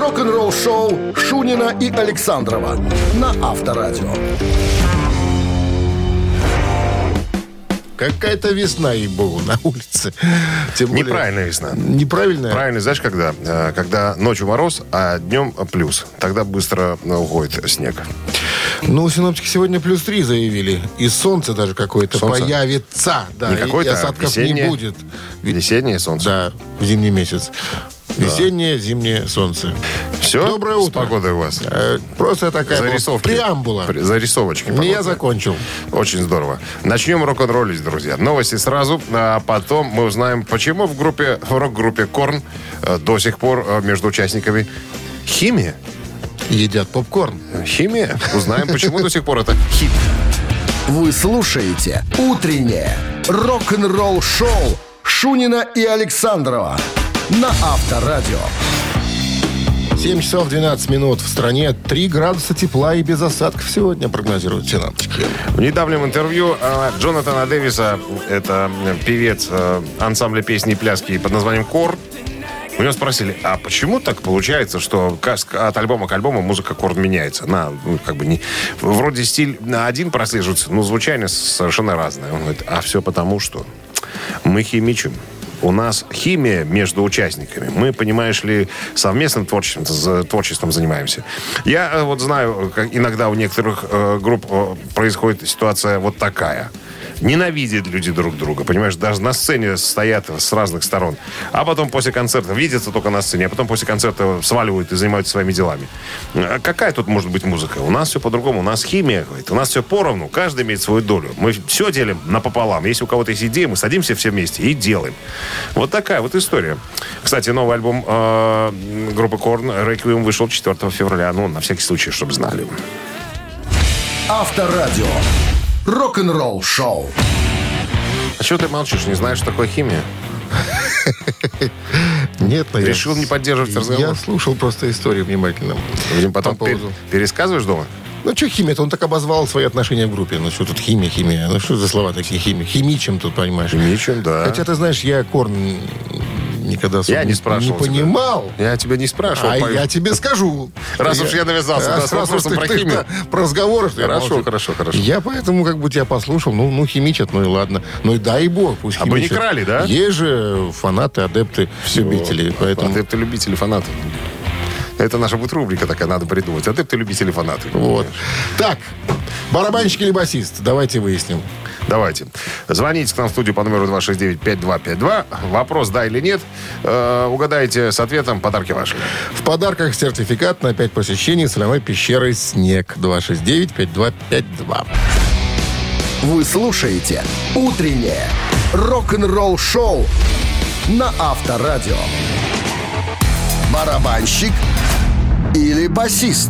Рок-н-ролл-шоу Шунина и Александрова на Авторадио. Какая-то весна, ей-богу, на улице. Тем более... Неправильная весна. Неправильная? Правильно, знаешь, когда? Когда ночью мороз, а днем плюс. Тогда быстро уходит снег. Ну, синоптики сегодня +3 заявили. И солнце даже какое-то появится. Да, не какое-то, и осадков не будет. Весеннее солнце. Да, в зимний месяц. Весеннее, зимнее солнце. Все? Доброе утро. С погодой у вас. Просто такая Зарисовки. преамбула. Зарисовочки. Я закончил. Очень здорово. Начнем рок-н-роллить, друзья. Новости сразу, а потом мы узнаем, почему в рок-группе Корн до сих пор между участниками химия. Едят попкорн. Химия. Узнаем, почему до сих пор это хит. Вы слушаете «Утреннее рок-н-ролл-шоу» Шунина и Александрова на Авторадио. 7 часов 12 минут. В стране 3 градуса тепла и без осадков сегодня прогнозируют синоптики. В недавнем интервью Джонатана Дэвиса, это певец ансамбля песни и пляски под названием «Корн», у него спросили, а почему так получается, что от альбома к альбому музыка Корн меняется? Вроде стиль один прослеживается, но звучание совершенно разное. Он говорит, а все потому, что мы химичим. У нас химия между участниками. Мы, понимаешь ли, совместным творчеством занимаемся. Я вот знаю, как иногда у некоторых групп происходит ситуация вот такая. Ненавидят люди друг друга, понимаешь, даже на сцене стоят с разных сторон. А потом после концерта видятся только на сцене, а потом после концерта сваливают и занимаются своими делами. Какая тут может быть музыка? У нас все по-другому, у нас химия, говорит, у нас все поровну, каждый имеет свою долю. Мы все делим напополам. Если у кого-то есть идея, мы садимся все вместе и делаем. Вот такая вот история. Кстати, новый альбом группы Корн «Requiem» вышел 4 февраля. Ну, на всякий случай, чтобы знали. Авторадио. Рок-н-ролл-шоу. А чего ты молчишь? Не знаешь, что такое химия? Нет, но решил не поддерживать разговор. Я слушал просто историю внимательно. Видимо, потом пересказываешь дома? Ну, что химия? Он так обозвал свои отношения в группе. Ну, что тут химия? Ну, что за слова такие химия? Химичим тут, понимаешь? Химичим, да. Хотя, ты знаешь, я Корн никогда я не спрашивал не понимал. Я тебя не спрашивал. А я тебе скажу. Раз уж я навязался с вопросом про химию. Про разговоры, что Хорошо. Я поэтому как бы тебя послушал. Ну, химичат, ну и ладно. Ну и дай бог, пусть химичат. А вы не крали, да? Есть же фанаты, адепты, любители. Поэтому... Адепты, любители, фанаты. Это наша будет рубрика такая, надо придумать. Адепты, любители, фанаты. Вот. Так, барабанщик или басист? Давайте выясним. Давайте. Звоните к нам в студию по номеру 269-5252. Вопрос «да» или «нет». Угадайте с ответом, подарки ваши. В подарках сертификат на 5 посещений соляной пещеры «Снег». 269-5252. Вы слушаете «Утреннее рок-н-ролл-шоу» на Авторадио. Барабанщик или басист?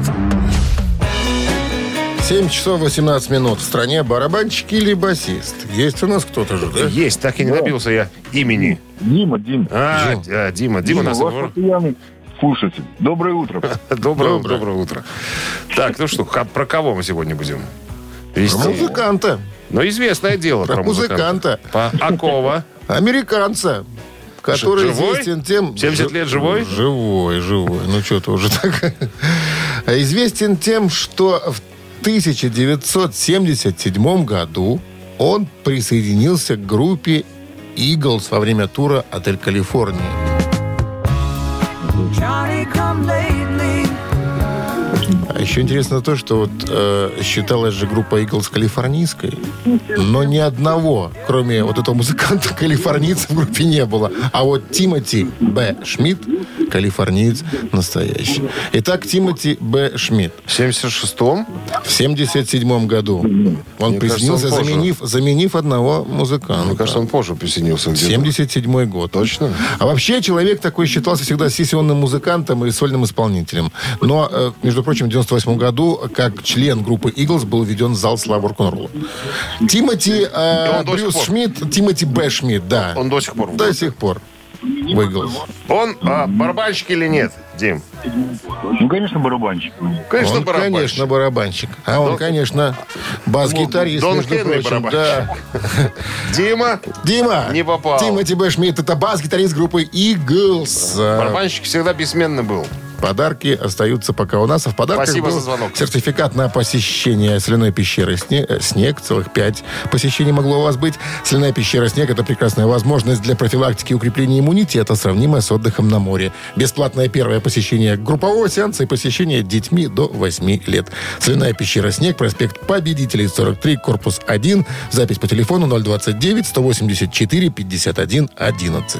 7 часов 18 минут. В стране барабанщик или басист? Есть у нас кто-то же, да? Есть, так и не добился я имени. Дима. Дима нас... Ваш постоянный слушатель. Доброе утро. Доброе утро. Так, ну что, про кого мы сегодня будем вести? Про музыканта. Ну, известное дело про музыканта. Акова. Американца. Который известен тем... 70 лет живой? Живой. Ну, что-то уже так. Известен тем, что в 1977 году он присоединился к группе Eagles во время тура «Отель Калифорния». А еще интересно то, что вот считалась же группа Eagles калифорнийской, но ни одного, кроме вот этого музыканта, калифорнийца в группе не было. А вот Тимоти Б. Шмидт калифорниец настоящий. Итак, Тимоти Б. Шмидт. В 76-м? В 77-м году. Он присоединился, заменив одного музыканта. Мне кажется, он позже присоединился. 77-й год. Точно? А вообще человек такой считался всегда сессионным музыкантом и сольным исполнителем. Но, между прочим, в 98 году, как член группы Eagles, был введен в зал славы рок-н-ролла. Тимоти Брюс Шмидт, Тимоти Б. Шмидт, да. Он до сих пор. До сих пор. В Eagles. Он барабанщик или нет, Дим? Ну, конечно, барабанщик. Конечно, он, барабанщик. Конечно, барабанщик. А он, конечно, бас-гитарист. Дон между Хенли прочим. барабанщик. Да. Дима. Не попал. Тимоти Б. Шмидт — это бас-гитарист группы Eagles. Барабанщик всегда бессменно был. Подарки остаются пока у нас. А в подарках Спасибо был за звонок. сертификат на посещение соляной пещеры «Снег». Целых 5 посещений могло у вас быть. Соляная пещера «Снег» — это прекрасная возможность для профилактики и укрепления иммунитета, сравнимая с отдыхом на море. Бесплатное первое посещение группового сеанса и посещение детьми до 8 лет. Соляная пещера «Снег», проспект Победителей, 43, корпус 1. Запись по телефону 029-184-51-11.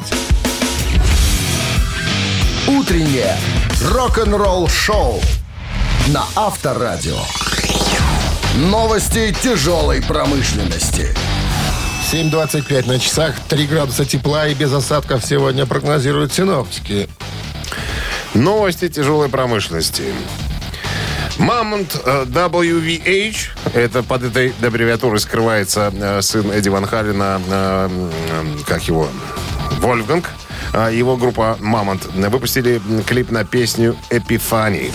Утреннее рок-н-ролл-шоу на Авторадио. Новости тяжелой промышленности. 7:25 на часах, 3 градуса тепла и без осадков сегодня прогнозируют синоптики. Новости тяжелой промышленности. Мамонт WVH, это под этой аббревиатурой скрывается сын Эдди Ван Халена, как его, Вольфганг. Его группа «Мамонт» выпустили клип на песню «Эпифани».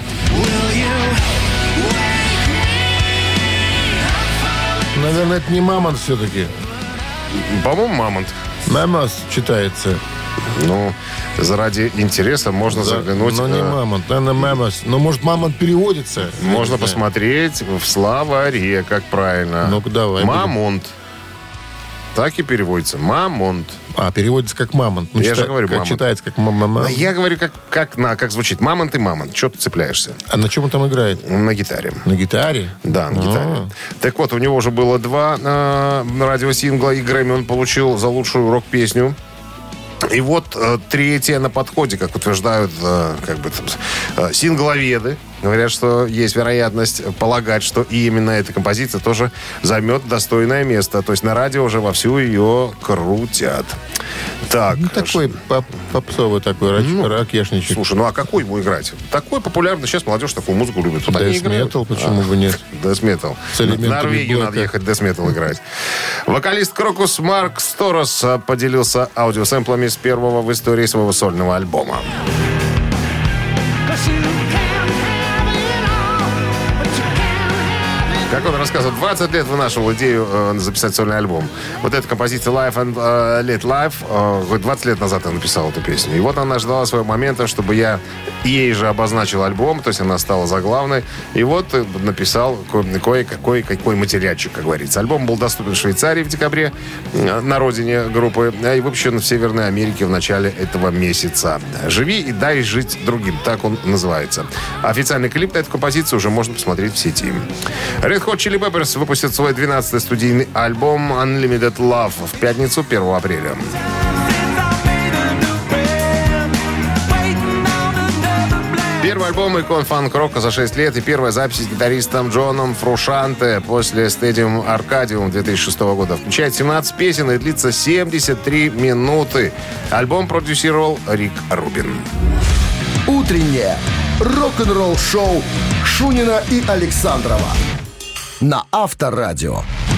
Наверное, это не «Мамонт» все-таки. По-моему, «Мамонт». «Мамонт» читается. Ну, заради интереса можно заглянуть. Но не «Мамонт», наверное, «Мамонт». Но, может, «Мамонт» переводится? Можно посмотреть в словаре, как правильно. Ну-ка, давай. «Мамонт». Так и переводится. «Мамонт». А, переводится как «Мамонт». Ну, Я же говорю как «Мамонт». читается как «Мамонт». Я говорю, как звучит. «Мамонт» и «Мамонт». Чего ты цепляешься? А на чем он там играет? На гитаре. На гитаре? Да, на гитаре. Так вот, у него уже было 2 радиосингла, и Грэмми он получил за лучшую рок-песню. И вот третья на подходе, как утверждают сингловеды. Говорят, что есть вероятность полагать, что и именно эта композиция тоже займет достойное место. То есть на радио уже вовсю ее крутят. Так. Ну, такой попсовый такой, ракешничек. Слушай, ну а какой ему играть? Такой популярный. Сейчас молодежь такую музыку любит. Дэс-метал, почему бы нет? Дэс-метал. В Норвегию надо ехать дэс-метал играть. Вокалист Крокус Марк Сторос поделился аудиосэмплами с первого в истории своего сольного альбома. Как он рассказывал, 20 лет вынашивал идею записать сольный альбом. Вот эта композиция «Life and Let Life», 20 лет назад он написал эту песню. И вот она ждала своего момента, чтобы я ей же обозначил альбом, то есть она стала заглавной. И вот написал кое-какой материальчик, как говорится. Альбом был доступен в Швейцарии в декабре, на родине группы, и выпущен в Северной Америке в начале этого месяца. «Живи и дай жить другим», так он называется. Официальный клип на эту композицию уже можно посмотреть в сети. Red Hot Chili Peppers выпустит свой 12-й студийный альбом Unlimited Love в пятницу, 1 апреля. Первый альбом икон фанк-рока за 6 лет и первая запись с гитаристом Джоном Фрушанте после Stadium Arcadium 2006 года. Включает 17 песен и длится 73 минуты. Альбом продюсировал Рик Рубин. Утреннее рок-н-ролл-шоу Шунина и Александрова на Авторадио.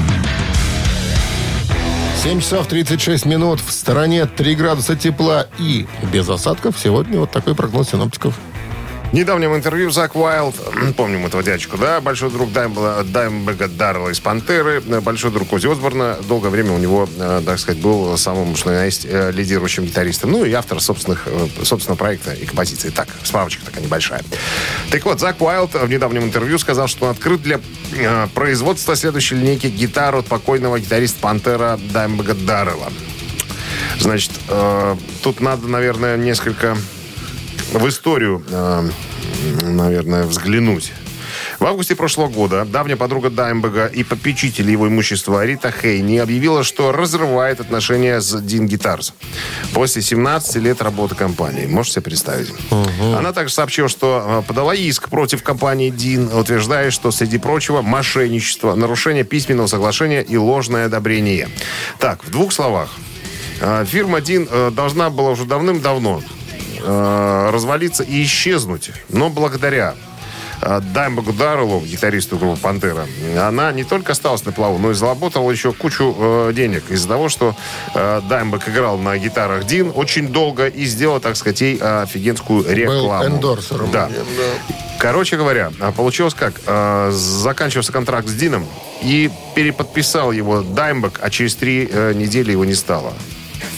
7 часов 36 минут. В стороне 3 градуса тепла и без осадков. Сегодня вот такой прогноз синоптиков. В недавнем интервью Зак Уайлд, помним этого дядечку, да, большой друг Даймбега Даррелла из «Пантеры», большой друг Оззи Осборна, долгое время у него, так сказать, был самым, что есть, лидирующим гитаристом, ну и автор собственного проекта и композиции. Так, справочка такая небольшая. Так вот, Зак Уайлд в недавнем интервью сказал, что он открыт для производства следующей линейки гитар от покойного гитариста «Пантера» Даймбега Даррелла. Значит, тут надо, наверное, несколько в историю, наверное, взглянуть. В августе прошлого года давняя подруга Даймбега и попечитель его имущества Рита Хейни объявила, что разрывает отношения с Dean Guitars после 17 лет работы компании. Можете себе представить? Она также сообщила, что подала иск против компании Dean, утверждая, что, среди прочего, мошенничество, нарушение письменного соглашения и ложное одобрение. Так, в 2 словах. Фирма Dean должна была уже давным-давно развалиться и исчезнуть. Но благодаря Даймбегу Дарреллу, гитаристу группы «Пантера», она не только осталась на плаву, но и заработала еще кучу денег из-за того, что Даймбег играл на гитарах Dean очень долго и сделал, так сказать, ей офигенскую рекламу. Был эндорсером. Да. Короче говоря, получилось как? Заканчивался контракт с Дином и переподписал его Даймбег, а через 3 недели его не стало.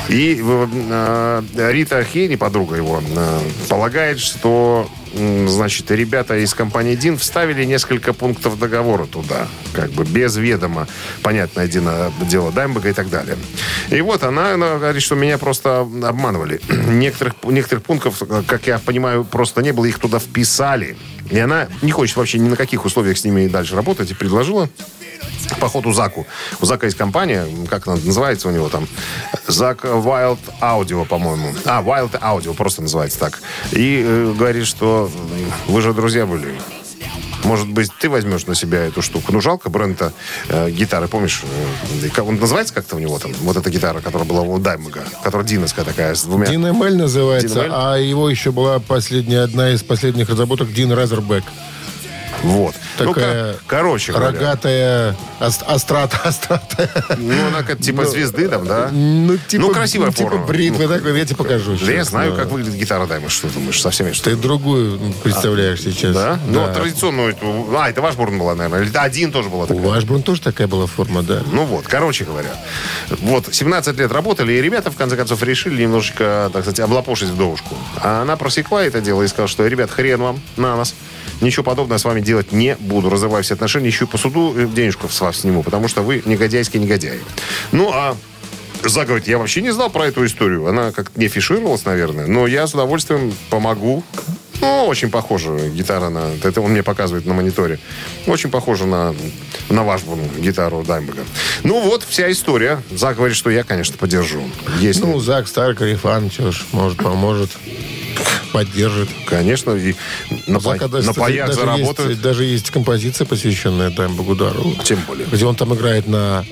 И Рита Хейни, подруга его, полагает, что, значит, ребята из компании Дин вставили несколько пунктов договора туда, как бы без ведома, понятное дело, Даймбэга и так далее. И вот она говорит, что меня просто обманывали. Некоторых пунктов, как я понимаю, просто не было, их туда вписали. И она не хочет вообще ни на каких условиях с ними дальше работать и предложила поход у Заку. У Зака есть компания, как она называется у него там? Зак Wild Audio, по-моему. Wild Audio просто называется так. И говорит, что вы же друзья были. Может быть, ты возьмешь на себя эту штуку. Ну, жалко бренда гитары, помнишь? Он называется как-то у него там? Вот эта гитара, которая была у Даймбэга, которая диновская такая, с двумя... Дин ML называется, Дин ML? а его еще была одна из последних разработок Дин Разербэк. Вот. Такая короче говоря. Рогатая, острата. Ну, она как типа звезды там, да? Ну, типа, красивая форма. Типа бритвы такой, я тебе покажу. Да, я знаю, как выглядит гитара Даймбэга. Что ты думаешь? Совсем что Ты другую представляешь сейчас. Да? Да. Ну, традиционную эту... это Вашбурн была, наверное. Или один тоже была У такая. Вашбурн тоже такая была форма, да. Ну вот, короче говоря. Вот, 17 лет работали, и ребята, в конце концов, решили немножечко, так сказать, облапошить вдовушку. А она просекла это дело и сказала, что, ребят, хрен вам на нас. Ничего подобного с вами делать не буду. Разрываю все отношения, ищу по суду, денежку с вас сниму, потому что вы негодяйские негодяи. Ну, а Зак говорит, я вообще не знал про эту историю. Она как-то не афишировалась, наверное, но я с удовольствием помогу. Ну, очень похожа гитара на... Это он мне показывает на мониторе. Очень похожа на Вашбурн, гитару Даймбэга. Ну, вот вся история. Зак говорит, что я, конечно, поддержу. Если... Ну, Зак старый корефан, что ж, может, поможет. Поддержит. Конечно, и на паях заработают. Даже есть композиция, посвященная Даймбэгу Дару. Тем более. Где он там играет на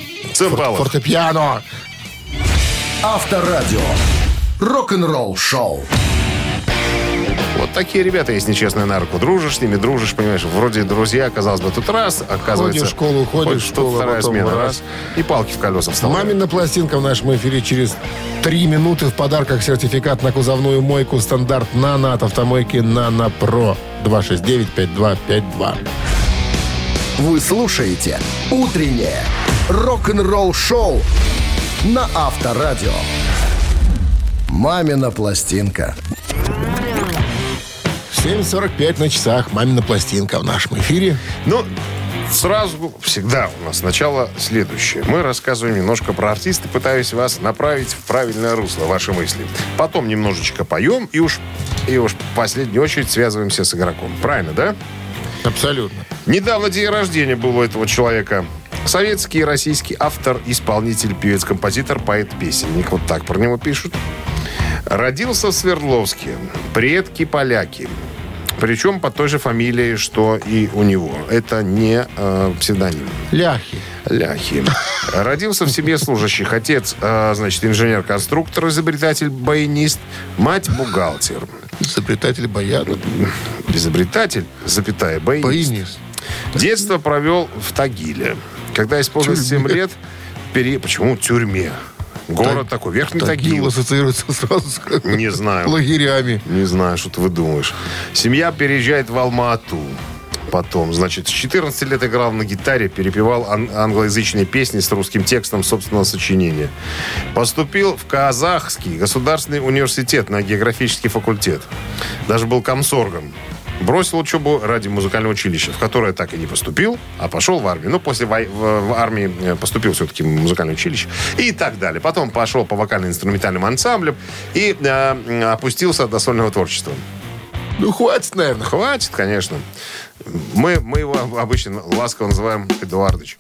фортепиано. Авторадио. Рок-н-ролл шоу. Вот такие ребята есть нечестные на руку. Дружишь с ними, дружишь, понимаешь, вроде друзья, казалось бы, тут раз, оказывается... Ходишь в школу, ходишь в школу, вторая потом смена, раз. и палки в колеса вставляют. Мамина пластинка в нашем эфире через 3 минуты. В подарках сертификат на кузовную мойку стандарт «Нано» от автомойки «Нано Про». 269-5252. Вы слушаете «Утреннее рок-н-ролл-шоу» на Авторадио. «Мамина пластинка». 7:45 на часах. Мамина пластинка в нашем эфире. Ну, сразу всегда у нас сначала следующее. Мы рассказываем немножко про артиста, пытаюсь вас направить в правильное русло, ваши мысли. Потом немножечко поем и уж в последнюю очередь связываемся с игроком. Правильно, да? Абсолютно. Недавно день рождения был у этого человека. Советский и российский автор, исполнитель, певец, композитор, поэт-песенник. Вот так про него пишут. Родился в Свердловске. Предки поляки. Причем под той же фамилией, что и у него. Это не псевдоним. Ляхи. Родился в семье служащих. Отец, значит, инженер-конструктор, изобретатель, баянист. Мать бухгалтер. Изобретатель баяна. Изобретатель, баянист. Баянист. Детство провел в Тагиле. Когда исполнилось 7 лет, почему в тюрьме? Город такой, Верхний Тагил. Ассоциируется сразу с Не знаю. лагерями. Не знаю, что ты выдумываешь. Семья переезжает в Алма-Ату. Потом, значит, с 14 лет играл на гитаре, перепевал англоязычные песни с русским текстом собственного сочинения. Поступил в Казахский государственный университет на географический факультет. Даже был комсоргом. Бросил учебу ради музыкального училища, в которое так и не поступил, а пошел в армию. Ну, после в армии поступил все-таки в музыкальное училище и так далее. Потом пошел по вокально-инструментальным ансамблям и опустился до сольного творчества. Ну, хватит, наверное. Хватит, конечно. Мы его обычно ласково называем Эдуардыч.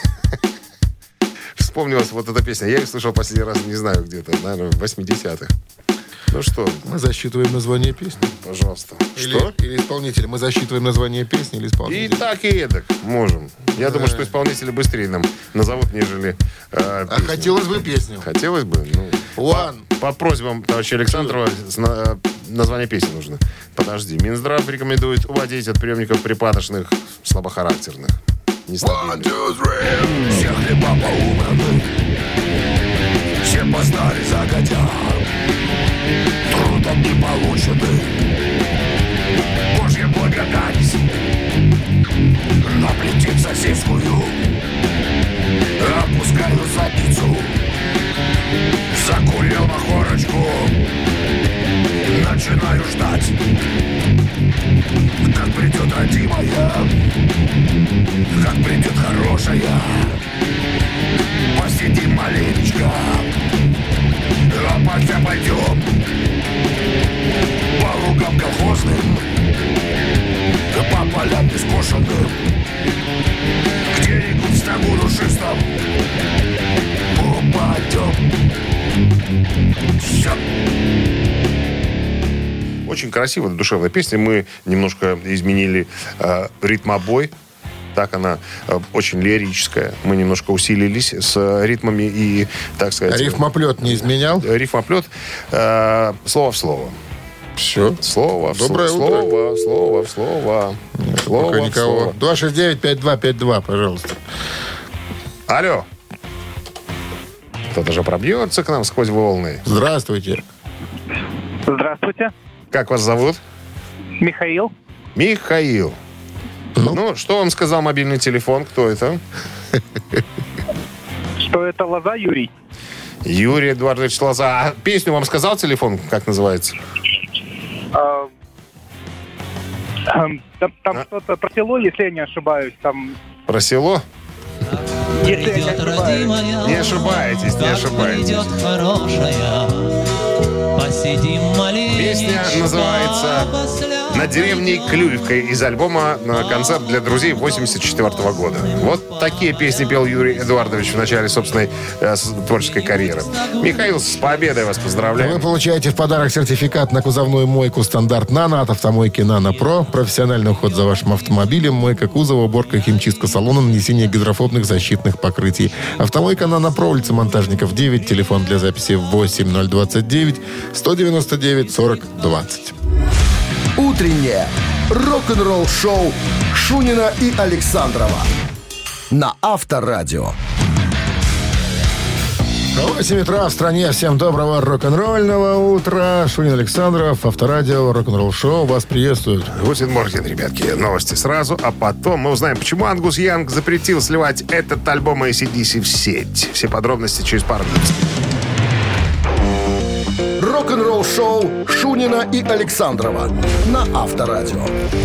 Вспомнилась вот эта песня. Я ее слышал последний раз, не знаю, где-то, наверное, в 80-х. Ну что? Мы засчитываем название песни. Пожалуйста. Что? Или исполнитель. Мы засчитываем название песни или исполнителя. И так, и эдак можем. Я думаю, что исполнители быстрее нам назовут, нежели А хотелось бы песню. Хотелось бы. Ну, по просьбам товарища Александрова название песни нужно. Подожди. Минздрав рекомендует уводить от приемников припадочных, слабохарактерных, нестабильных. Все хлеба поубраны, все познали загодя, трудом не получены. Божья благодать наплетит соседскую, опускаю задницу, знаю ждать, как придет родимая, как придет хорошая. Посидим маленечко, а пока пойдем по лугам колхозным, по полям бескошенным, где рекут в снегу душистом упадем. Все. Очень красивая, душевная песня. Мы немножко изменили ритмобой. Так она очень лирическая. Мы немножко усилились с ритмами и, так сказать... Рифмоплет не изменял? Рифмоплет. Слово в слово. Все. Слово в Доброе утро. Слово в слово. Нет, Слово пока в никого. слово. 269-5252, пожалуйста. Алло. Кто-то же пробьется к нам сквозь волны. Здравствуйте. Здравствуйте, Как вас зовут? Михаил. Михаил. Ну, что вам сказал мобильный телефон? Кто это? Что это Лоза Юрий? Юрий Эдуардович Лоза. А песню вам сказал телефон? Как называется? Там что-то про село, если я не ошибаюсь. Там, Про село? если я не ошибаюсь. Не ошибаетесь, не ошибаетесь. Песня называется «На деревне Клюевкой» из альбома «Концерт для друзей» 1984 года. Вот такие песни пел Юрий Эдуардович в начале собственной творческой карьеры. Михаил, с победой вас поздравляю. Вы получаете в подарок сертификат на кузовную мойку «Стандарт Нано» от автомойки «Нано Про». Профессиональный уход за вашим автомобилем, мойка кузова, уборка, химчистка салона, нанесение гидрофобных защитных покрытий. Автомойка «Нано Про», улица Монтажников, 9. Телефон для записи 8029 199 40 20. Утреннее рок-н-ролл-шоу Шунина и Александрова на Авторадио. 8 утра в стране. Всем доброго рок-н-ролльного утра. Шунин, Александров, Авторадио, рок-н-ролл-шоу. Вас приветствуют. Гутен Морген, ребятки. Новости сразу, а потом мы узнаем, почему Ангус Янг запретил сливать этот альбом AC/DC в сеть. Все подробности через пару минут. Рок-н-ролл-шоу Шунина и Александрова на Авторадио.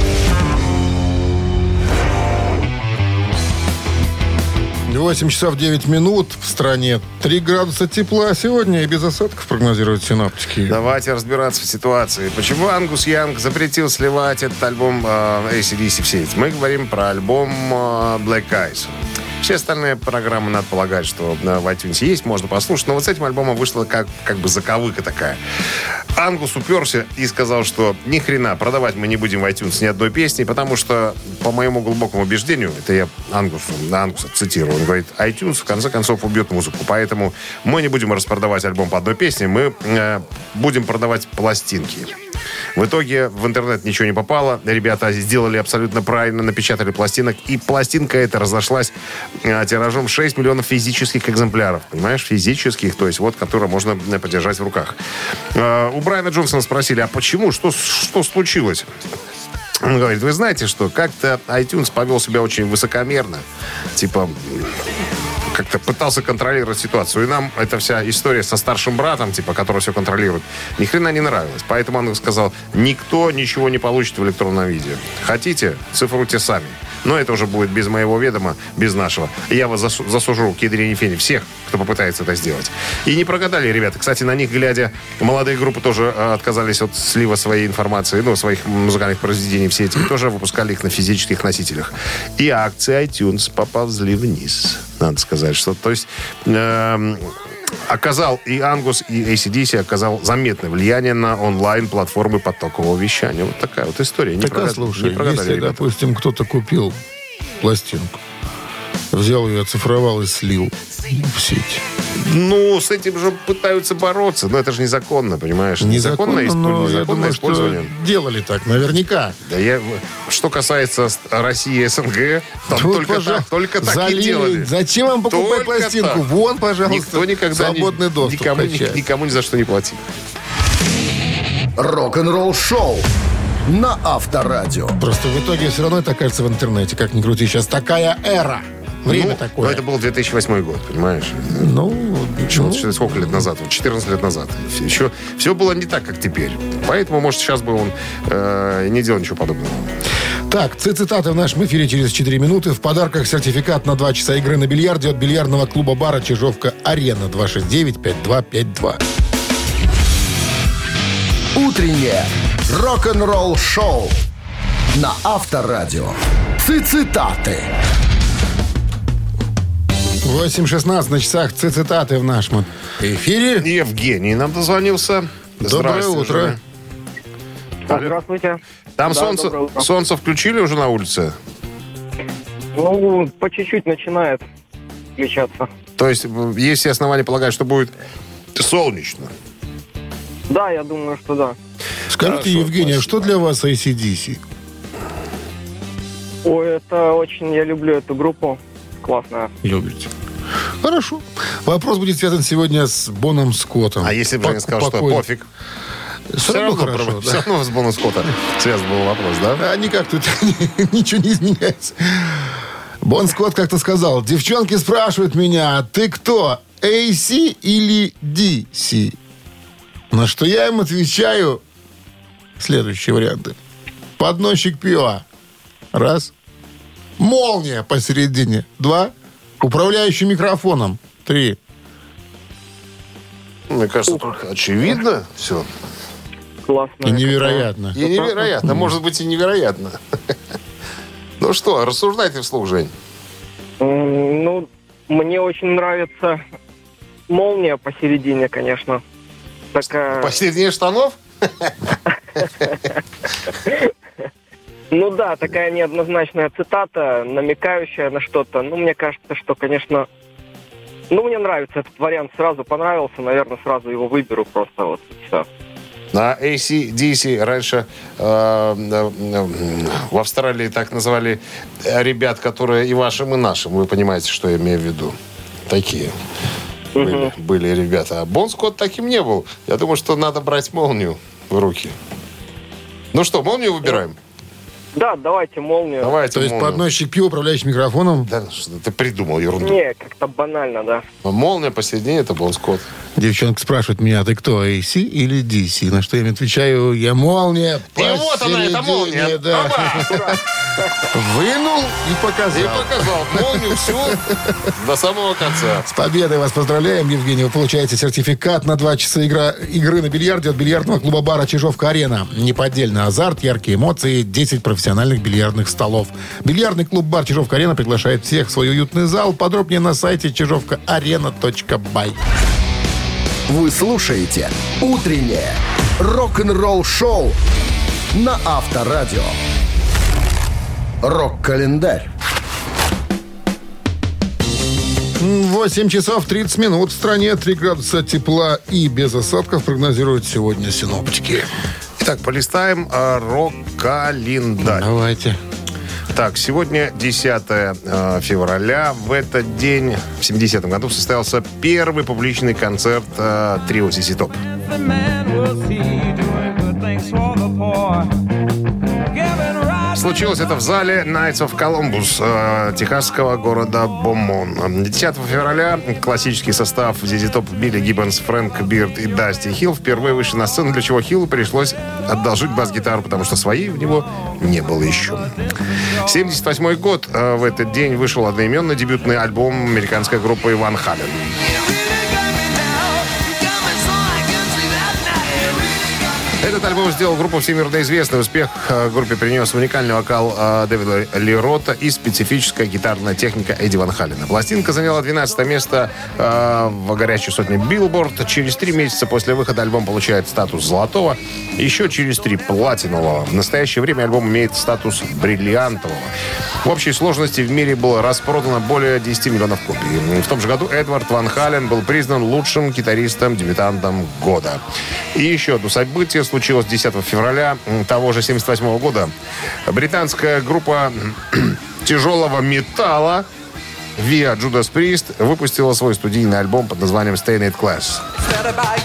8 часов 9 минут. В стране 3 градуса тепла. Сегодня и без осадков прогнозируют синоптики. Давайте разбираться в ситуации. Почему Ангус Янг запретил сливать этот альбом AC/DC в сеть? Мы говорим про альбом Black Eyes. Все остальные программы, надо полагать, что в iTunes есть, можно послушать. Но вот с этим альбомом вышла как бы заковыка такая. Ангус уперся и сказал, что ни хрена, продавать мы не будем в iTunes ни одной песни, потому что, по моему глубокому убеждению, это я Ангуса цитирую, он говорит, iTunes в конце концов убьет музыку, поэтому мы не будем распродавать альбом по одной песне, мы будем продавать пластинки. В итоге в интернет ничего не попало. Ребята сделали абсолютно правильно, напечатали пластинок. И пластинка эта разошлась тиражом 6 миллионов физических экземпляров. Понимаешь? Физических, то есть вот, которые можно подержать в руках. У Брайана Джонсона спросили, а почему? Что случилось? Он говорит, вы знаете, что как-то iTunes повел себя очень высокомерно. Типа... как-то пытался контролировать ситуацию. И нам эта вся история со старшим братом, типа, который все контролирует, ни хрена не нравилась. Поэтому он сказал, никто ничего не получит в электронном виде. Хотите, цифруйте сами. Но это уже будет без моего ведома, без нашего. И я вас засужу к ядрене фени всех, кто попытается это сделать. И не прогадали ребята. Кстати, на них глядя, молодые группы тоже отказались от слива своей информации, своих музыкальных произведений в сети. И тоже выпускали их на физических носителях. И акции iTunes поползли вниз. Надо сказать, что, то есть, оказал и Ангус, и AC/DC оказал заметное влияние на онлайн-платформы потокового вещания. Вот такая вот история. Слушай, не прогадали, если, ребята. допустим, кто-то купил пластинку, взял ее, оцифровал и слил в сеть. Ну, с этим же пытаются бороться. Но это же незаконно, понимаешь? Незаконно, но я думаю, использование. что делали так, наверняка. Да что касается России и СНГ, там только так и делали. Зачем вам покупать Только пластинку? так. Вон, пожалуйста, Никто никогда свободный доступ. никому ни за что не платил. Рок-н-ролл-шоу на Авторадио. Просто в итоге все равно это окажется в интернете. Как ни крути, сейчас такая эра. Время такое. Но это был 2008 год, понимаешь? Сколько лет назад? 14 лет назад. Еще все было не так, как теперь. Поэтому, может, сейчас бы он не делал ничего подобного. Так, цитаты в нашем эфире через 4 минуты. В подарках сертификат на 2 часа игры на бильярде от бильярдного клуба-бара «Чижовка-Арена». 269-5252. Утреннее рок-н-ролл-шоу на Авторадио. Цитаты. 8:16 на часах. Цитаты в нашем эфире. Евгений нам дозвонился. Доброе утро. Женя. Здравствуйте. Там доброе утро. солнце включили уже на улице? Ну, по чуть-чуть начинает включаться. То есть есть все основания полагать, что будет солнечно? Да, я думаю, что да. Скажите, Хорошо, Евгений, а спасибо. что для вас AC/DC? Ой, это очень, я люблю эту группу. Классная. Любите. Хорошо. Вопрос будет связан сегодня с Боном Скоттом. А если бы Женя сказал, что Покойный. пофиг? Все равно хорошо. Все равно с Бона Скотта связан был вопрос, да? А никак тут ничего не изменяется. Бон Скотт как-то сказал: девчонки спрашивают меня, а ты кто, AC или DC? На что я им отвечаю следующие варианты. Подносчик пива. Раз. Молния посередине. 2. Управляющий микрофоном. 3. Мне кажется, тут очевидно все. Классная. И невероятно. И невероятно. Может быть, и невероятно. Ну что, рассуждайте вслух, Жень. Ну, мне очень нравится молния посередине, конечно. Такая... Посередине штанов? Ну да, такая неоднозначная цитата, намекающая на что-то. Ну, мне кажется, что, конечно... Ну, мне нравится этот вариант, сразу понравился. Наверное, сразу его выберу просто, вот, и все. На AC/DC раньше в Австралии так называли ребят, которые и вашим, и нашим. Вы понимаете, что я имею в виду. Такие были ребята. А Бон Скотт таким не был. Я думаю, что надо брать молнию в руки. Ну что, молнию выбираем? Да, давайте молнию. Давайте То есть молнию. подносчик пива, управляющий микрофоном. Да, что ты придумал ерунду. Не, как-то банально, да. Молния посередине — это Бон Скотт. Девчонка спрашивает меня, а ты кто, AC или DC? На что я им отвечаю, я молния. И вот она, эта молния. посередине, да. Вынул и показал. И показал молнию всю до самого конца. С победой вас поздравляем, Евгений. Вы получаете сертификат на 2 часа игры на бильярде от бильярдного клуба-бара «Чижовка-Арена». Неподдельный азарт, яркие эмоции, 10 профессиональных бильярдных столов. Бильярдный клуб-бар «Чижовка-Арена» приглашает всех в свой уютный зал. Подробнее на сайте чижовкаарена.бай. Вы слушаете «Утреннее рок-н-ролл-шоу» на Авторадио. Рок-календарь. 8 часов 30 минут. В стране 3 градуса тепла и без осадков прогнозируют сегодня синоптики. Итак, полистаем рок-календарь. Давайте. Так, сегодня 10 февраля. В этот день, в 70-м году, состоялся первый публичный концерт трио ZZ Top. Случилось это в зале Knights of Columbus техасского города Бомон. 10 февраля классический состав ZZ Top Билли Гиббонс, Фрэнк Бирд и Дасти Хилл впервые вышли на сцену, для чего Хиллу пришлось одолжить бас-гитару, потому что своей у него не было еще. 78 год. В этот день вышел одноименный дебютный альбом американской группы Ван Хален. Этот альбом сделал группу всемирно известной. Успех группе принес уникальный вокал Дэвида Ли Рота и специфическая гитарная техника Эдди Ван Халена. Пластинка заняла 12 место в горячей сотне Billboard. Через 3 месяца после выхода альбом получает статус золотого. Еще через 3 платинового. В настоящее время альбом имеет статус бриллиантового. В общей сложности в мире было распродано более 10 миллионов копий. В том же году Эдвард Ван Хален был признан лучшим гитаристом-дебютантом года. И еще одно событие случилось 10 февраля того же 78 года. Британская группа тяжелого металла Via Judas Priest выпустила свой студийный альбом под названием Stay in Class.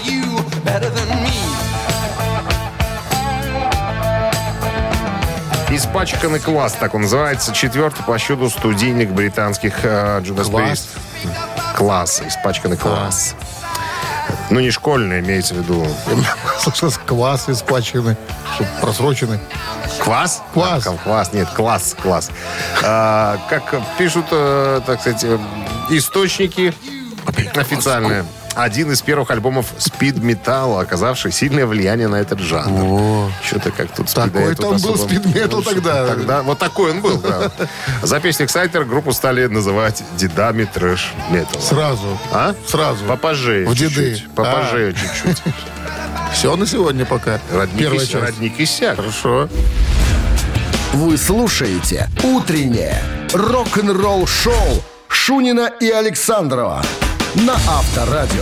И «Испачканный класс», так он называется. 4-й по счету студийник британских Judas Priest. Класс. «Испачканный класс». Ну, не школьный, имеется в виду. Слышал, квас испачканный, чтобы просроченный. Квас? Квас. Квас, нет, класс. Как пишут, так сказать, источники официальные. Один из первых альбомов спид-металла, оказавший сильное влияние на этот жанр. Что-то как тут такой там был спид-метал тогда. Вот такой он был, да. За песню «Exciter» группу стали называть дедами трэш-металла. Сразу. А? Сразу. Попозже В чуть-чуть. деды. Попозже чуть-чуть. Все на сегодня пока. Первая часть. Родник иссяк. Хорошо. Вы слушаете «Утреннее рок-н-ролл-шоу» Шунина и Александрова на Авторадио.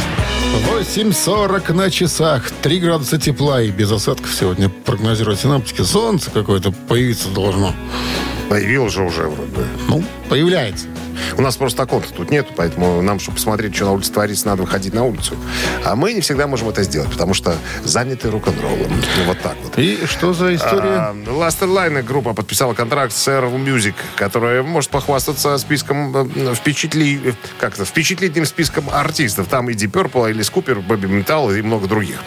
8:40 на часах. 3 градуса тепла и без осадков сегодня прогнозируют синаптики. Солнце какое-то появиться должно. Появилось же уже вроде. Ну, появляется. У нас просто окон-то тут нету, поэтому нам, чтобы посмотреть, что на улице творится, надо выходить на улицу. А мы не всегда можем это сделать, потому что заняты рок-н-роллом. Ну, вот так вот. И что за история? Last in Line группа подписала контракт с Earl Music, которая может похвастаться списком впечатлительным списком артистов. Там и Deep Purple, Alice Cooper, Baby Metal и много других.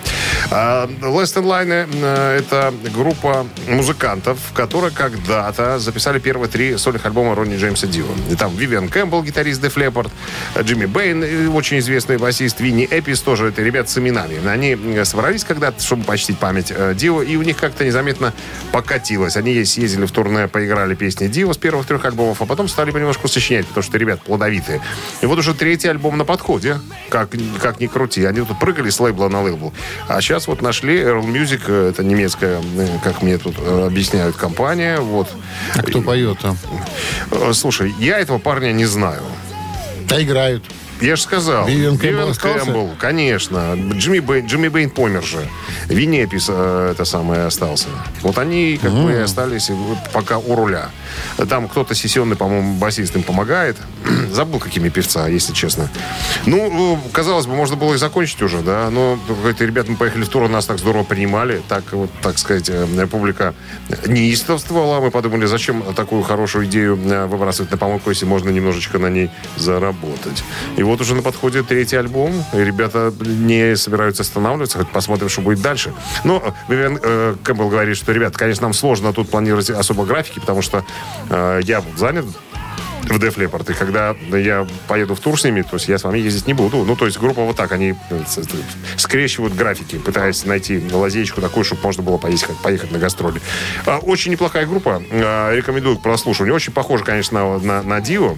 Last in Line это группа музыкантов, которые когда-то записали первые 3 сольных альбома Ронни Джеймса Дио. И там Вивиан Кэмпбелл, гитарист Def Leppard, Джимми Бэйн, очень известный басист, Винни Эпис, тоже это ребята с именами. Они собрались когда-то, чтобы почтить память Дио, и у них как-то незаметно покатилось. Они съездили в турне, поиграли песни Дио с первых 3 альбомов, а потом стали понемножку сочинять, потому что ребята плодовитые. И вот уже 3-й альбом на подходе, как ни крути. Они тут прыгали с лейбла на лейбл. А сейчас вот нашли Earl Music, это немецкая, как мне тут объясняют, компания. Вот. А кто поет-то? Слушай, я этого парня не знаю. Да играют. Я же сказал. Вивиан Кэмпбелл, конечно. Джимми Бэйн помер же. Винни Эпис это самое остался. Вот они как бы и остались пока у руля. Там кто-то сессионный, по-моему, басист им помогает. Забыл, какими певца, если честно. Ну, казалось бы, можно было и закончить уже, да. Но какие-то ребята, мы поехали в тур, нас так здорово принимали. Так вот, так сказать, публика неистовствовала. Мы подумали, зачем такую хорошую идею выбрасывать на помойку, если можно немножечко на ней заработать. И вот уже на подходе 3-й альбом, и ребята не собираются останавливаться, хоть посмотрим, что будет дальше. Но Вивиан Кэмпбелл говорит, что, ребята, конечно, нам сложно тут планировать особо графики, потому что я занят в Def Leppard, и когда я поеду в тур с ними, то есть я с вами ездить не буду. Ну, то есть группа вот так, они скрещивают графики, пытаясь найти лазеечку такую, чтобы можно было поехать на гастроли. Очень неплохая группа, рекомендую к прослушиванию. Очень похоже, конечно, на Дио,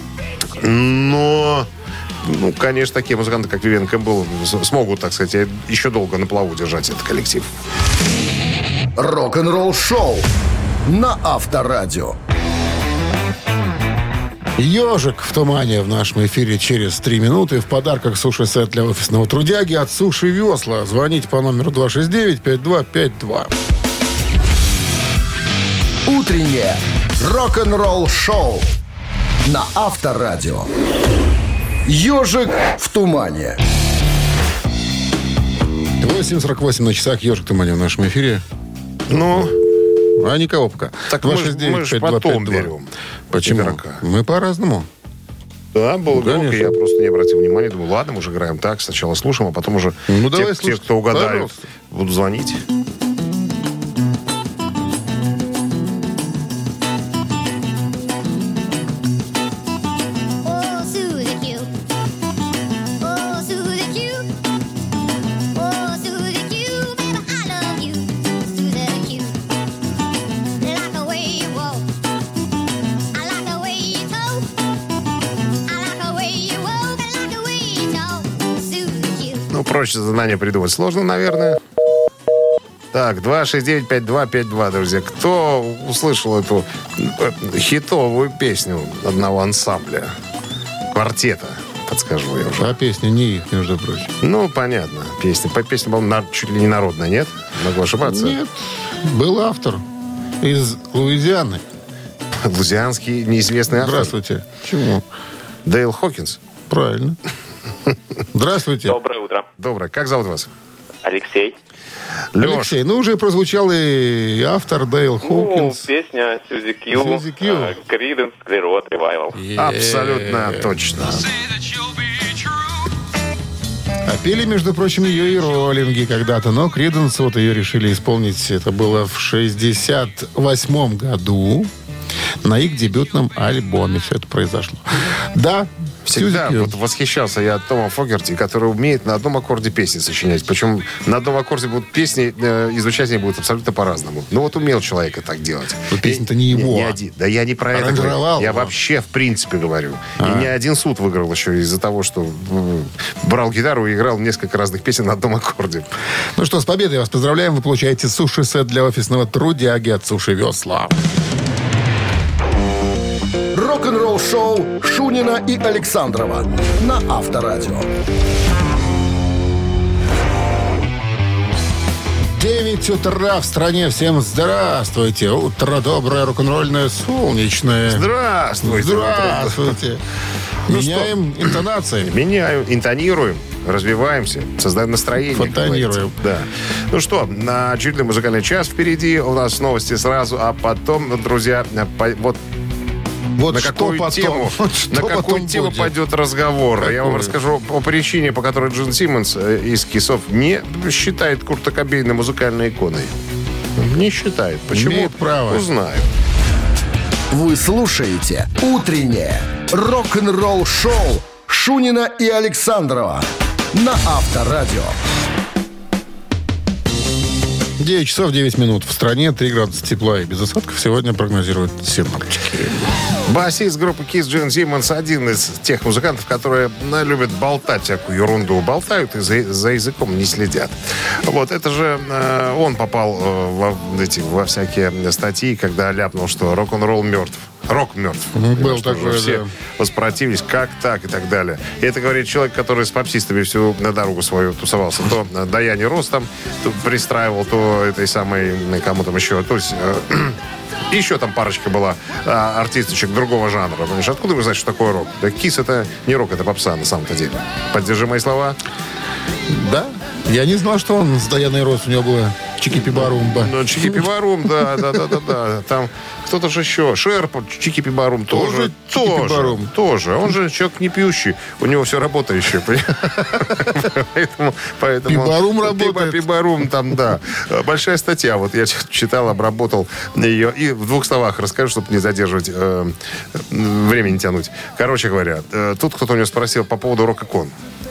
но... Ну, конечно, такие музыканты, как Вивиан Кэмпбелл, смогут, так сказать, еще долго на плаву держать этот коллектив. Рок-н-ролл шоу на Авторадио. «Ежик в тумане» в нашем эфире через 3 минуты. В подарках суши-сет для офисного трудяги от «Суши Весла». Звоните по номеру 269-5252. Утреннее рок-н-ролл шоу на Авторадио. «Ежик в тумане». 8:48 на часах. «Ежик в тумане» в нашем эфире. Ну... А никого пока. Так мы же потом берем. Почему? Игрока. Мы по-разному. Да, был громко, конечно. я просто не обратил внимания. Думаю, ладно, мы же играем так. Сначала слушаем, а потом уже те, кто угадают, пожалуйста, будут звонить. Проще задание придумать сложно, наверное. Так, 269-5252, друзья. Кто услышал эту хитовую песню одного ансамбля? Квартета, подскажу я уже. А песня не их, между прочим. Ну, понятно. Песня, по-моему, чуть ли не народная, нет? Могу ошибаться? Нет. Был автор из Луизианы. Луизианский неизвестный автор. Здравствуйте. Чему? Дейл Хокинс. Правильно. Здравствуйте. Доброе утро. Доброе. Как зовут вас? Алексей. Леш. Алексей, уже прозвучал и автор Дейл Хоукинс. Песня Сьюзи Кью, Creedence Clearwater Revival. Абсолютно точно. А пели, между прочим, ее и роллинги когда-то, но Creedence вот ее решили исполнить. Это было в 68 году на их дебютном альбоме все это произошло. Да, Всегда вот восхищался я Томом Фогерти, который умеет на одном аккорде песни сочинять. Причем на одном аккорде будут песни, и звучать они будут абсолютно по-разному. Но вот умел человек так делать. Но песня-то не его. Не один. Да я не про это говорю. Я вообще в принципе говорю. И ни один суд выиграл еще из-за того, что брал гитару и играл несколько разных песен на одном аккорде. Ну что, с победой вас поздравляем. Вы получаете суши-сет для офисного трудяги от Суши Весла. Рок-н-ролл-шоу Шунина и Александрова на Авторадио. 9 утра в стране. Всем здравствуйте. Утро доброе, рок-н-ролльное, солнечное. Здравствуйте. Здравствуйте. Меняем интонации. Меняем, интонируем, развиваемся, создаем настроение. Фонтанируем. Да. Ну что, на очередной музыкальный час впереди. У нас новости сразу, а потом, друзья, вот на какую тему, на какую тему пойдет разговор. Какую? Я вам расскажу о причине, по которой Джин Симмонс из Кисов не считает Курта Кобейна музыкальной иконой. Не считает. Почему? Имеет право. Узнаем. Вы слушаете «Утреннее рок-н-ролл-шоу» Шунина и Александрова на Авторадио. 9 часов 9 минут. В стране 3 градуса тепла и без осадков сегодня прогнозируют синоптики. Басист группы Kiss Джин Симмонс один из тех музыкантов, которые любят болтать всякую ерунду. Болтают и за языком не следят. Вот это же он попал во всякие статьи, когда ляпнул, что рок-н-ролл мертв. Рок мертв. Был такой, все воспротивились, как так и так далее. И это говорит человек, который с попсистами всю на дорогу свою тусовался. То Даяне Росс там пристраивал, то этой самой, кому там еще, то есть... еще там парочка была артисточек другого жанра. Понимаешь, откуда вы знаете, что такое рок? Да Кис это не рок, это попса на самом-то деле. Поддержи мои слова. Да? Я не знал, что он с Даяной Росс, у него было Чики-Пибарумба. Ну, Чики-Пибарум, да. Там кто-то же еще. Шерп, Чики-Пибарум тоже. Тоже. Он же человек не пьющий. У него все работающее. Поэтому Пибарум работает. Пибарум там, да. Большая статья. Вот я читал, обработал ее. И в 2 словах расскажу, чтобы не задерживать, время не тянуть. Короче говоря, тут кто-то у него спросил по поводу рок-икон.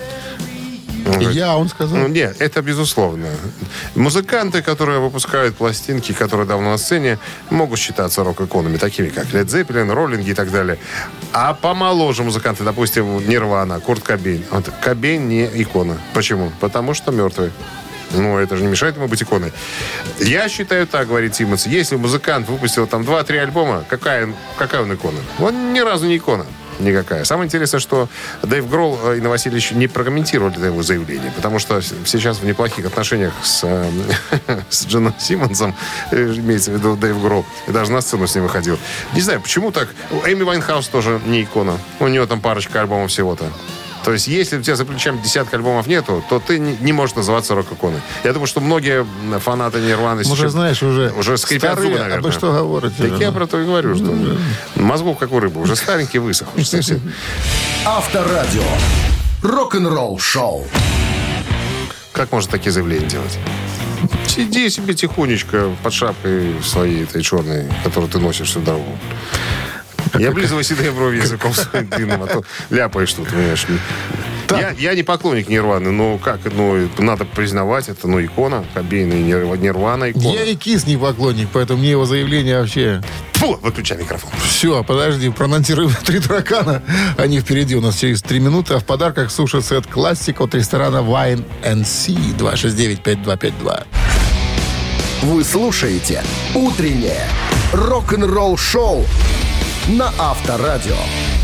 Он сказал. Ну, нет, это безусловно. Музыканты, которые выпускают пластинки, которые давно на сцене, могут считаться рок-иконами, такими как Led Zeppelin, роллинги и так далее. А помоложе музыканты, допустим, Нирвана, Курт Кобейн. Кобейн не икона. Почему? Потому что мертвый. Ну, это же не мешает ему быть иконой. Я считаю так, говорит Симмонс. Если музыкант выпустил там 2-3 альбома, какая он икона? Он ни разу не икона. Никакая. Самое интересное, что Дэйв Гролл и Инна Васильевич не прокомментировали его заявление, потому что сейчас в неплохих отношениях с Джином Симмонсом, имеется в виду Дэйв Гролл, и даже на сцену с ним выходил. Не знаю, почему так. Эми Вайнхаус тоже не икона. У нее там парочка альбомов всего-то. То есть, если у тебя за плечами десятка альбомов нету, то ты не можешь называться рок-иконой. Я думаю, что многие фанаты Нирваны уже, знаешь, уже скрипят зубы, наверное. А вы что говорите? Так я про то и говорю, что мозгов как у рыбы. Уже старенький высох. Авторадио. Рок-н-ролл-шоу. Как можно такие заявления делать? Сиди себе тихонечко под шапкой своей этой черной, которую ты носишь всю дорогу. Не облизывай седые брови языком своим длинным, а то ляпаешь тут, понимаешь. Я не поклонник Нирваны, но надо признавать, это икона. Кобейн и Нирвана икона. Я и Кис не поклонник, поэтому мне его заявление вообще... Фу, выключай микрофон. Все, подожди, проанонсируем 3 таракана. Они впереди у нас через 3 минуты. А в подарках суши-сет классик от ресторана Wine & Sea 269-5252. Вы слушаете «Утреннее рок-н-ролл-шоу» на Авторадио.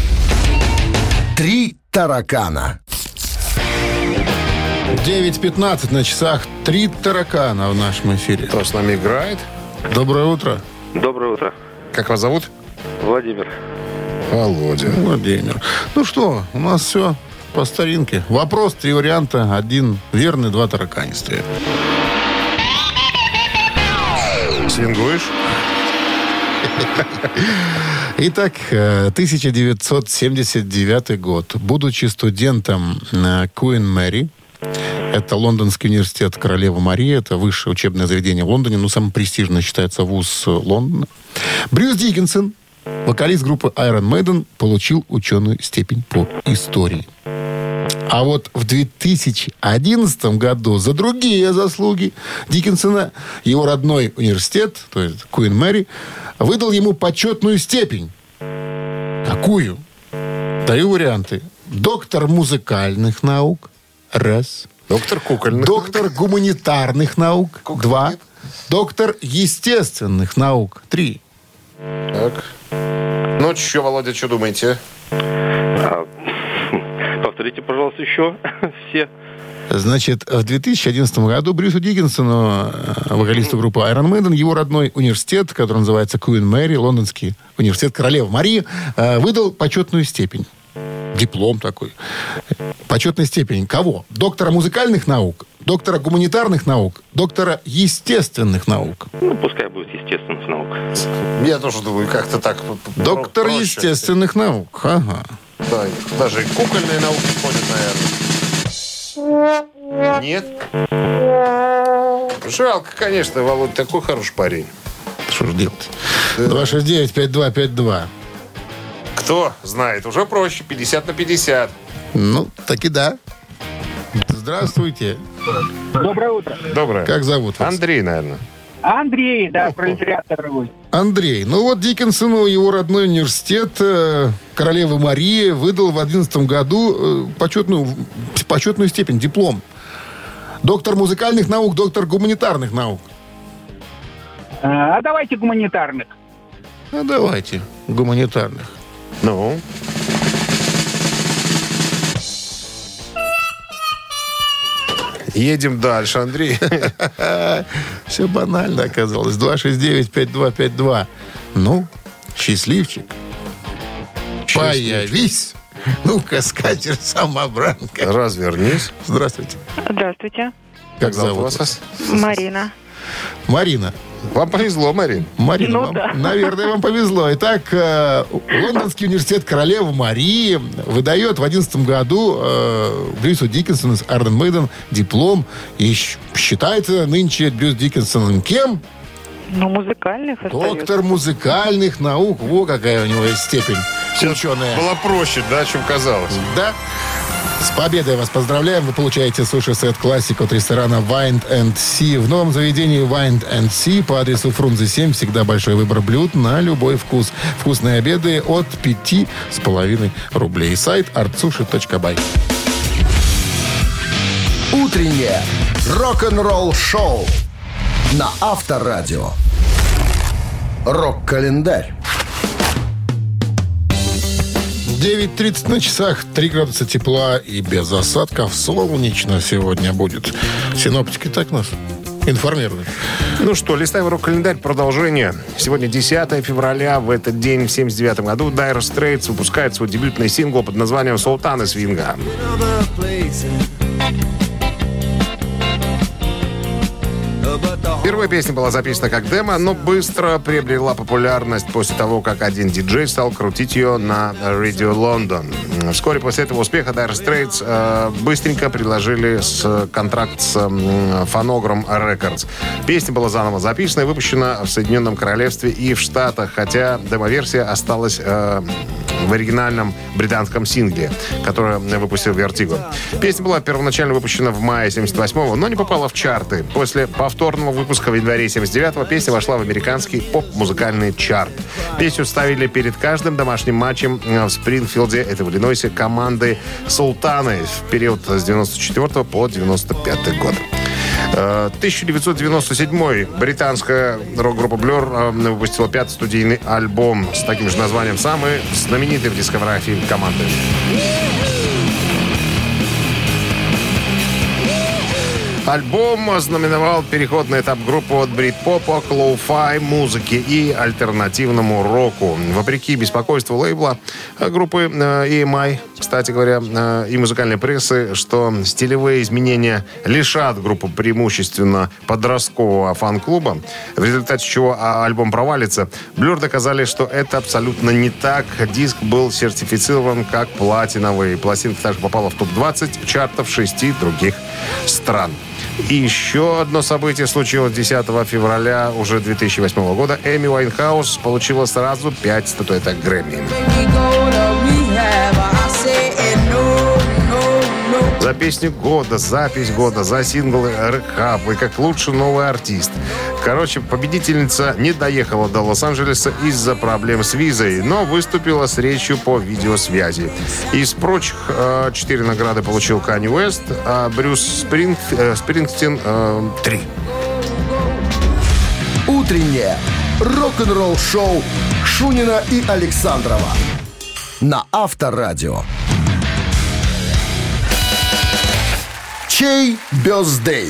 3 таракана. 9:15 на часах. 3 таракана в нашем эфире. Кто с нами играет? Доброе утро. Доброе утро. Как вас зовут? Владимир. Володя. Владимир. Ну что, у нас все по старинке. Вопрос, 3 варианта. 1 верный, 2 тараканистые. Свингуешь? Итак, 1979 год. Будучи студентом Queen Mary, это Лондонский университет Королевы Марии, это высшее учебное заведение в Лондоне, самый престижный считается вуз Лондона. Брюс Диккенсон, вокалист группы Iron Maiden, получил ученую степень по истории. А вот в 2011 году за другие заслуги Диккенсона его родной университет, то есть Queen Mary, выдал ему почетную степень. Какую? Даю варианты. Доктор музыкальных наук. Раз. Доктор кукольных. Доктор гуманитарных наук. Два. Доктор естественных наук. Три. Так. Ну, что, Володя, что думаете? Повторите, пожалуйста, еще все. Значит, в 2011 году Брюсу Диккенсону, вокалисту группы Iron Maiden, его родной университет, который называется Queen Mary, Лондонский университет Королевы Марии, выдал почетную степень. Диплом такой. Почетная степень. Кого? Доктора музыкальных наук, доктора гуманитарных наук, доктора естественных наук. Ну, пускай будет естественных наук. Я тоже думаю, как-то так Доктор проще. естественных наук. Ага. Да, даже и кукольные науки ходят, наверное. Нет? Жалко, конечно, Володь такой хороший парень. Что же делать? 269-5252. Кто знает, уже проще, 50/50. Ну, таки да. Здравствуйте. Доброе утро. Доброе. Как зовут вас? Андрей, наверное. Андрей, да, пролетариат дорогой. Андрей. Ну вот Диккенсону его родной университет Королевы Марии выдал в 2011 году почетную степень, диплом. Доктор музыкальных наук, доктор гуманитарных наук. А давайте гуманитарных. А давайте гуманитарных. Ну? Едем дальше, Андрей. Все банально оказалось. 269-5252. Ну, счастливчик. Появись. Ну-ка, скатерть-самобранка. Развернись. Здравствуйте. Здравствуйте. Как зовут вас? Марина. Марина. Вам повезло, Марин. Марина, Ну да. наверное, вам повезло. Итак, Лондонский университет Королевы Марии выдает в 2011 году Брюсу Диккенсону с Iron Maiden диплом. И считается нынче Брюс Диккенсон кем? Ну, музыкальных остается. Доктор музыкальных наук. Во, какая у него есть степень ученая. Было проще, да, чем казалось. Да. С победой вас поздравляем. Вы получаете суши-сет классик от ресторана Wind & Sea. В новом заведении Wind & Sea по адресу Фрунзе 7 всегда большой выбор блюд на любой вкус. Вкусные обеды от 5,5 рублей. Сайт artsushi.by. Утреннее рок-н-ролл-шоу на Авторадио. Рок-календарь. 9:30 на часах, 3 градуса тепла и без осадков. Солнечно сегодня будет. Синоптики так нас информируют. Ну что, листаем рок-календарь. Продолжение. Сегодня 10 февраля. В этот день, в 1979 году, Dire Straits выпускает свой дебютный сингл под названием «Султаны свинга». Первая песня была записана как демо, но быстро приобрела популярность после того, как один диджей стал крутить ее на Radio London. Вскоре после этого успеха Dire Straits быстренько предложили контракт с Phonogram Records. Песня была заново записана и выпущена в Соединенном Королевстве и в Штатах, хотя демо-версия осталась в оригинальном британском сингле, который выпустил Vertigo. Песня была первоначально выпущена в мае 1978-го, но не попала в чарты. После повторного выпуска в январе 1979-го песня вошла в американский поп-музыкальный чарт. Песню ставили перед каждым домашним матчем в Спрингфилде, это в Иллинойсе, команды «Султаны» в период с 94 по 95 год. 1997 британская рок-группа Blur выпустила 5-й студийный альбом с таким же названием, самый знаменитый в дискографии команды. Альбом ознаменовал переход на этап группы от брит-попа к лоу-фай музыке и альтернативному року. Вопреки беспокойству лейбла группы EMI, кстати говоря, и музыкальной прессы, что стилевые изменения лишат группу преимущественно подросткового фан-клуба, в результате чего альбом провалится, Blur доказали, что это абсолютно не так. Диск был сертифицирован как платиновый. Пластинка также попала в топ-20 чартов 6 других стран. И еще одно событие случилось 10 февраля уже 2008 года. Эми Уайнхаус получила сразу 5 статуэток Грэмми. За песню года, запись года, за синглы «Рехаб» и как лучший новый артист. Короче, победительница не доехала до Лос-Анджелеса из-за проблем с визой, но выступила с речью по видеосвязи. Из прочих 4 награды получил Канье Уэст, а Брюс Спрингстин 3. Утреннее рок-н-ролл-шоу Шунина и Александрова на Авторадио. Чей бёздей?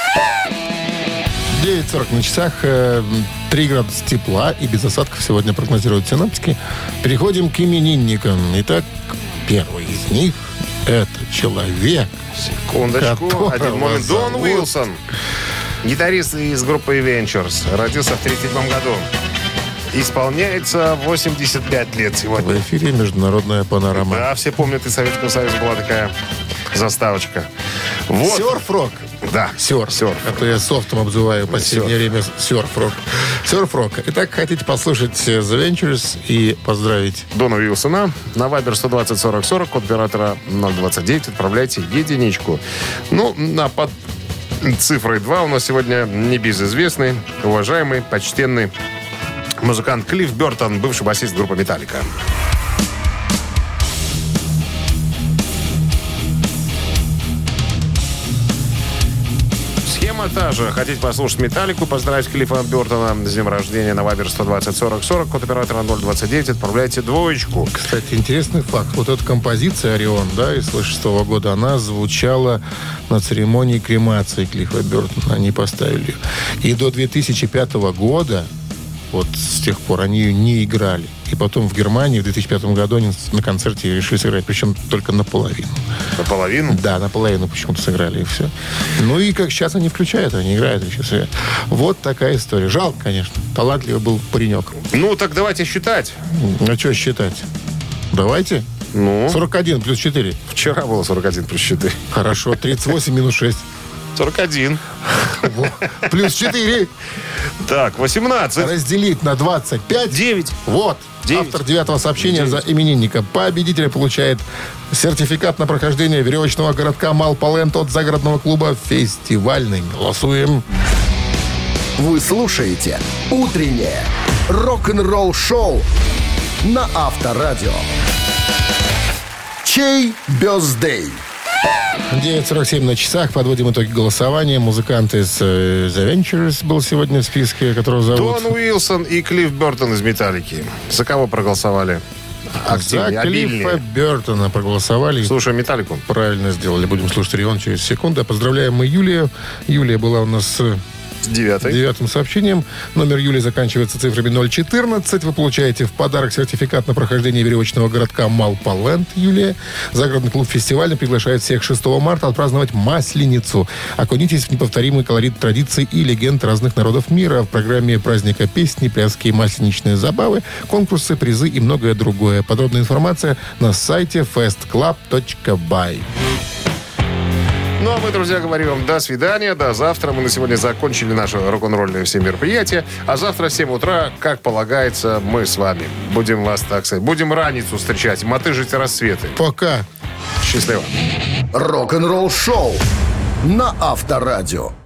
9:40 на часах, 3 градуса тепла и без осадков сегодня прогнозируют синоптики. Переходим к именинникам. Итак, первый из них — это человек. Секундочку, один момент. Дон Уилсон, гитарист из группы Ventures, родился в 1937 году. Исполняется 85 лет сегодня. В эфире «Международная панорама». Да, все помнят, и Советского Союза была такая заставочка. Вот. Сёрф-рок. Да, Сёрф. А то я софтом обзываю в последнее время сёрф-рок. Сёрф-рок. Итак, хотите послушать The Ventures и поздравить Дона Уилсона? На Viber 120 40 40, код оператора 029, отправляйте единичку. Ну, под цифрой 2 у нас сегодня небезызвестный, уважаемый, почтенный музыкант Клифф Бёртон, бывший басист группы «Металлика». Схема та же. Хотите послушать «Металлику», поздравить Клиффа Бёртона с днем рождения на Viber 120 40 40, код оператора 029, отправляйте двоечку. Кстати, интересный факт. Вот эта композиция «Орион», да, из 1986 года, она звучала на церемонии кремации Клиффа Бёртона. Они поставили. И до 2005 года, вот с тех пор, они ее не играли. И потом в Германии в 2005 году они на концерте решили сыграть, причем только наполовину. Наполовину? Да, наполовину почему-то сыграли, и все. Ну и как сейчас они включают, они играют и сейчас. Вот такая история. Жалко, конечно. Талантливый был паренек. Ну, так давайте считать. А что считать? Давайте. Ну? 41 плюс 4. Вчера было 41 плюс 4. Хорошо, 38 минус 6. 41. Плюс 4. Так, 18. Разделить на 25. 9. Вот. 9. Автор 9-го сообщения 9. За именинника. Победитель получает сертификат на прохождение веревочного городка Малполенд от загородного клуба «Фестивальный». Голосуем. Вы слушаете «Утреннее рок-н-ролл-шоу» на Авторадио. Чей бёздей? 9:47 на часах. Подводим итоги голосования. Музыкант из The Ventures был сегодня в списке, которого зовут... Дон Уилсон и Клифф Бёртон из «Металлики». За кого проголосовали? За Клиффа Бёртона проголосовали. Слушаем «Металлику». Правильно сделали. Будем слушать «Орион» через секунду. Поздравляем мы Юлию. Юлия была у нас... С 9-м сообщением. Номер Юли заканчивается цифрами 014. Вы получаете в подарок сертификат на прохождение веревочного городка Малполенд, Юлия. Загородный клуб «Фестивальный» приглашает всех 6 марта отпраздновать Масленицу. Окунитесь в неповторимый колорит традиций и легенд разных народов мира. В программе праздника песни, пляски и масленичные забавы, конкурсы, призы и многое другое. Подробная информация на сайте festclub.by. Ну, а мы, друзья, говорим вам до свидания, до завтра. Мы на сегодня закончили наши рок-н-ролльные все мероприятия. А завтра в 7 утра, как полагается, мы с вами будем вас, так сказать, будем раницу встречать, мотыжить рассветы. Пока. Счастливо. Рок-н-ролл-шоу на Авторадио.